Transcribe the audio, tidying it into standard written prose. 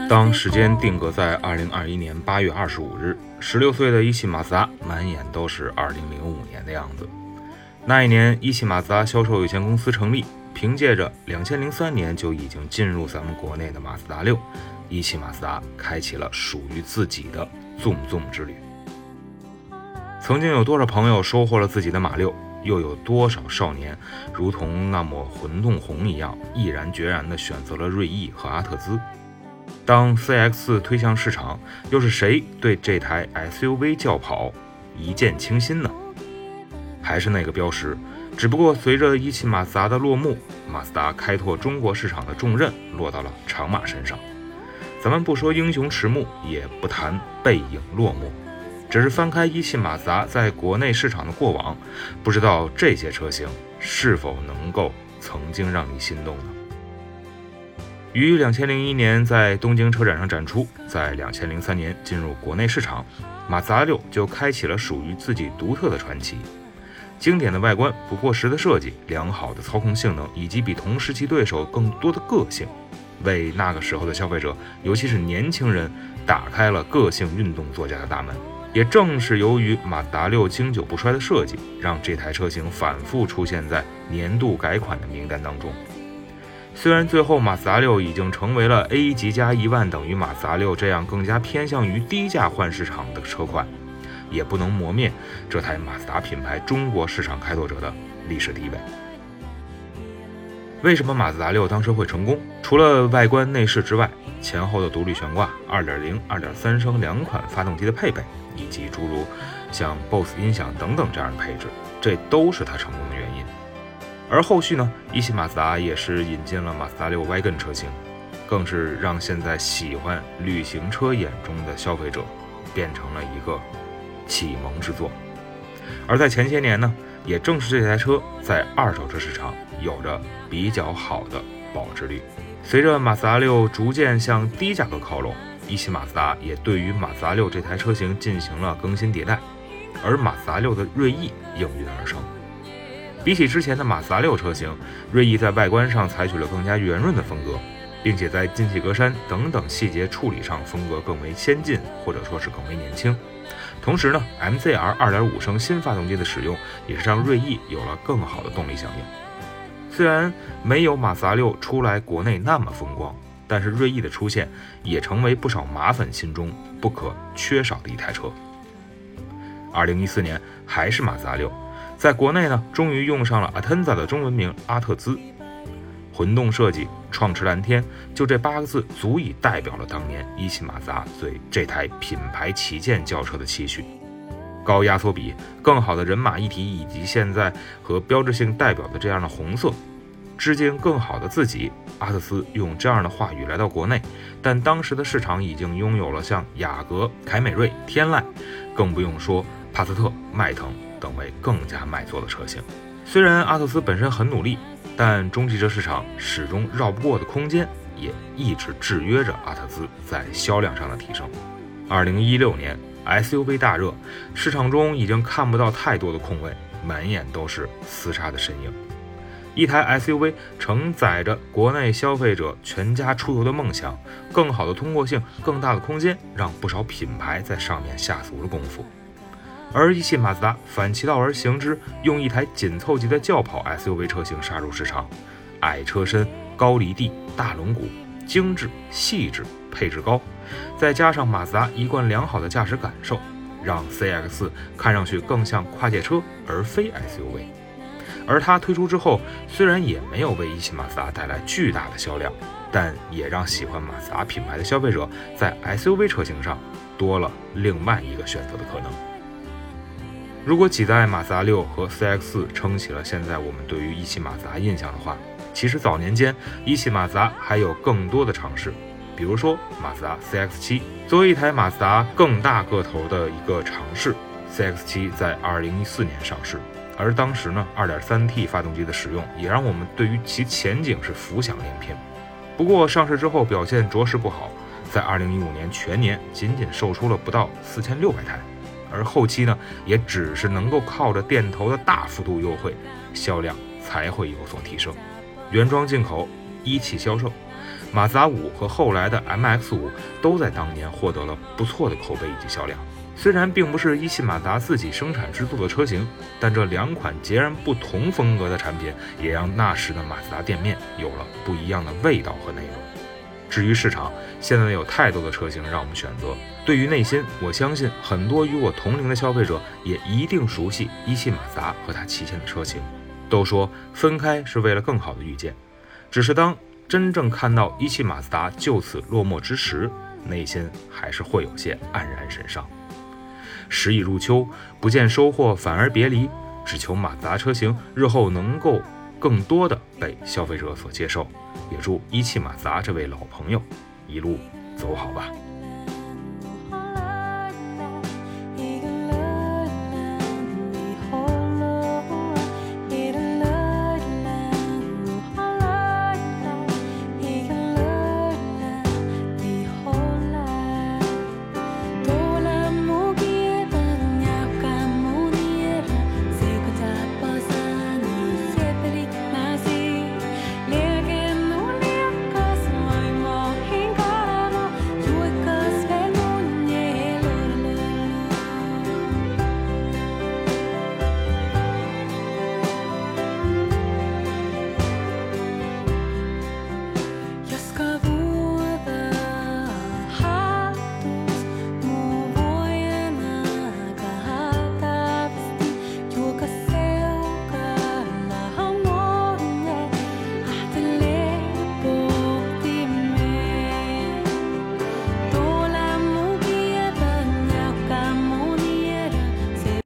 当时间定格在2021年8月25日，16岁的一汽马自达满眼都是2005年的样子。那一年，一汽马自达销售有限公司成立，凭借着2003年就已经进入咱们国内的马自达6，一汽马自达开启了属于自己的纵之旅。曾经有多少朋友收获了自己的马6，又有多少少年如同那抹混动红一样，毅然决然地选择了锐意和阿特兹。当 CX 推向市场，又是谁对这台 SUV 轿跑一见倾心呢？还是那个标识，只不过随着一汽马自达的落幕，马自达开拓中国市场的重任落到了长马身上。咱们不说英雄迟暮，也不谈背影落寞，只是翻开一汽马自达在国内市场的过往，不知道这些车型是否能够曾经让你心动呢？于2001年在东京车展上展出，在2003年进入国内市场，马自达6就开启了属于自己独特的传奇。经典的外观、不过时的设计、良好的操控性能，以及比同时期对手更多的个性，为那个时候的消费者，尤其是年轻人，打开了个性运动座驾的大门。也正是由于马自达6经久不衰的设计，让这台车型反复出现在年度改款的名单当中。虽然最后马自达6已经成为了 A 级加1万等于马自达6这样更加偏向于低价换市场的车款，也不能磨灭这台马自达品牌中国市场开拓者的历史地位。为什么马自达6当时会成功？除了外观内饰之外，前后的独立悬挂、2.0、2.3升两款发动机的配备，以及诸如像 BOSE 音响等等这样的配置，这都是它成功的原因。而后续呢，一汽马自达也是引进了马自达6 Wagon 车型，更是让现在喜欢旅行车眼中的消费者变成了一个启蒙之作。而在前些年呢，也正是这台车在二手车市场有着比较好的保值率。随着马自达6逐渐向低价格靠拢，一汽马自达也对于马自达6这台车型进行了更新迭代，而马自达6的锐意应运而生。比起之前的马自达6车型，锐意在外观上采取了更加圆润的风格，并且在进气格栅等等细节处理上风格更为先进，或者说是更为年轻。同时呢 MZR 2.5 升新发动机的使用，也是让锐意有了更好的动力响应。虽然没有马自达6出来国内那么风光，但是锐意的出现也成为不少马粉心中不可缺少的一台车。2014年还是马自达6，在国内呢，终于用上了 Atenza 的中文名阿特兹。混动设计，创驰蓝天，就这8个字足以代表了当年一汽马自达对这台品牌旗舰轿车的期许。高压缩比、更好的人马一体，以及现在和标志性代表的这样的红色，致敬更好的自己。阿特兹用这样的话语来到国内，但当时的市场已经拥有了像雅阁、凯美瑞、天籁，更不用说帕萨特、迈腾等为更加卖座的车型。虽然阿特兹本身很努力，但中汽车市场始终绕不过的空间，也一直制约着阿特兹在销量上的提升。2016年 SUV 大热，市场中已经看不到太多的空位，满眼都是厮杀的身影。一台 SUV 承载着国内消费者全家出游的梦想，更好的通过性，更大的空间，让不少品牌在上面下足了功夫。而一汽马自达反其道而行之，用一台紧凑级的轿跑 SUV 车型杀入市场，矮车身、高离地、大轮毂，精致细致，配置高，再加上马自达一贯良好的驾驶感受，让 CX 看上去更像跨界车而非 SUV。而它推出之后，虽然也没有为一汽马自达带来巨大的销量，但也让喜欢马自达品牌的消费者在 SUV 车型上多了另外一个选择的可能。如果几代马自达6和 CX 撑起了现在我们对于一汽马自达印象的话，其实早年间一汽马自达还有更多的尝试，比如说马自达 CX-7， 作为一台马自达更大个头的一个尝试， CX-7 在2014年上市，而当时呢 2.3T 发动机的使用也让我们对于其前景是浮想联翩。不过上市之后表现着实不好，在2015年全年仅仅售出了不到4600台，而后期呢也只是能够靠着店头的大幅度优惠，销量才会有所提升。原装进口，一汽销售， 马自达5和后来的 MX-5都在当年获得了不错的口碑以及销量。虽然并不是一汽马自达自己生产制作的车型，但这两款截然不同风格的产品也让那时的马自达店面有了不一样的味道和内容。至于市场，现在有太多的车型让我们选择，对于内心，我相信很多与我同龄的消费者也一定熟悉一汽马自达和它旗下的车型。都说分开是为了更好的遇见，只是当真正看到一汽马自达就此落寞之时，内心还是会有些黯然神伤。时已入秋，不见收获反而别离，只求马自达车型日后能够更多的被消费者所接受，也祝一汽马自达这位老朋友一路走好吧。